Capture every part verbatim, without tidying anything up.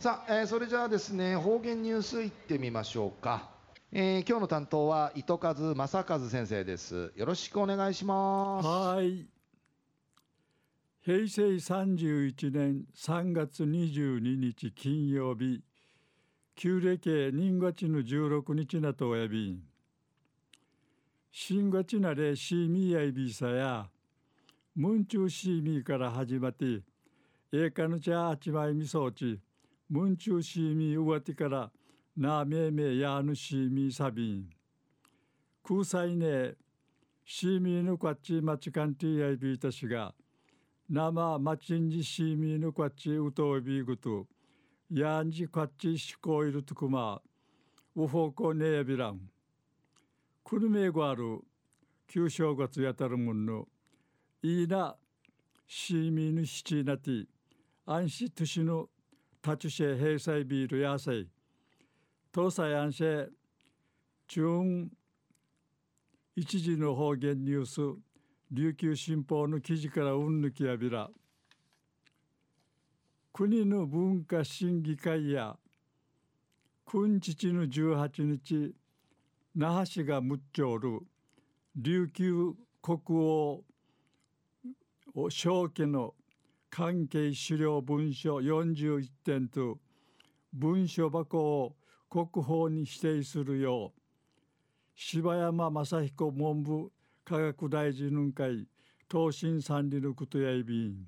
さあ、えーそれじゃあですね、方言ニュースいってみましょうか。えー今日の担当は糸数正和先生です。よろしくお願いします。 はい。平成さんじゅういちねんさんがつにじゅうににち金曜日、旧暦人月のじゅうろくにちなとおやびん。新月なれシーミーやいびさや、ムンチューシーミーから始まって、えかぬちゃあちまいみそうち、ムンチューシーミーうわてからなめめやぬシーミーさびん。空才ね、シーミーのこっちまちかんてやいびいたしが、生マチンジシーミーのこっちうといびぐと、やんじこっちしこいるとくま、うほこねやびらん。くるめごある、旧正月やたるもんの、いいな、シーミーのしちなて、安心都市の立ちシェ平済ビールやさい、東西安心、中一時の方言ニュース、琉球新報の記事からうんぬきやびら。国の文化審議会や、君父のじゅうはちにち、那覇市がむっちょる、琉球国王正家の関係資料文書よんじゅういってんと、文書箱を国宝に指定するよう、柴山正彦文部科学大臣の会答申参理のことやいびん。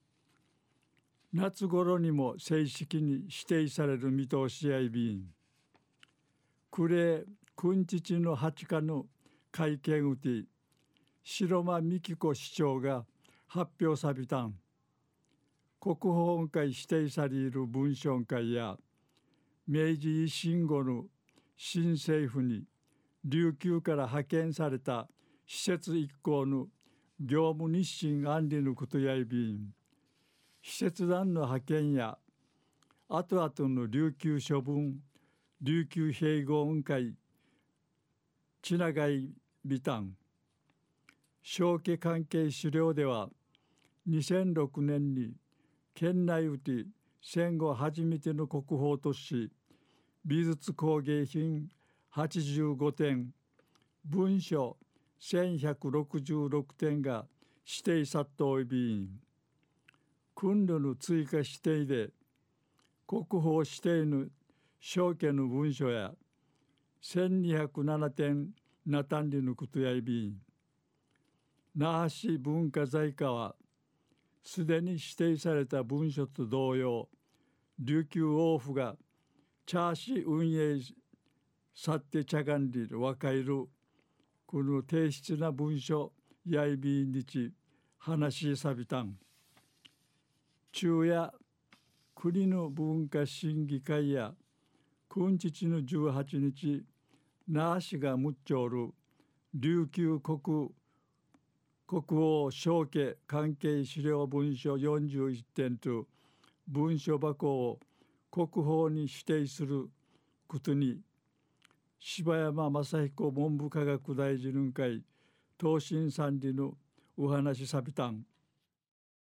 夏頃にも正式に指定される見通しやいびん。暮れ君父の八日の会見うて、白間美紀子市長が発表さびたん。国宝会指定される文章会や、明治維新後の新政府に琉球から派遣された施設一行の業務日誌安理のことやいびん。施設団の派遣や後々の琉球処分、琉球併合運会、ちながいびたん。正家関係資料では、にせんろくねんに県内うて戦後初めての国宝とし、美術工芸品はちじゅうごてん、文書せんひゃくろくじゅうろくてんが指定さっとおいびん。訓路の追加指定で、国宝指定の正家の文書やせんにひゃくななてんなたんりのことやいびん。那覇市文化財課は、すでに指定された文書と同様、琉球王府がチャーシ運営さって茶がんり若いる、この提出な文書やいびんにち話しさびたん。昼夜、国の文化審議会や、君父のじゅうはちにち、那覇市がむっちょる、琉球国国王正家関係資料文書よんじゅういってんと文書箱を国宝に指定することに、柴山正彦文部科学大臣会答申参理のお話さびたん。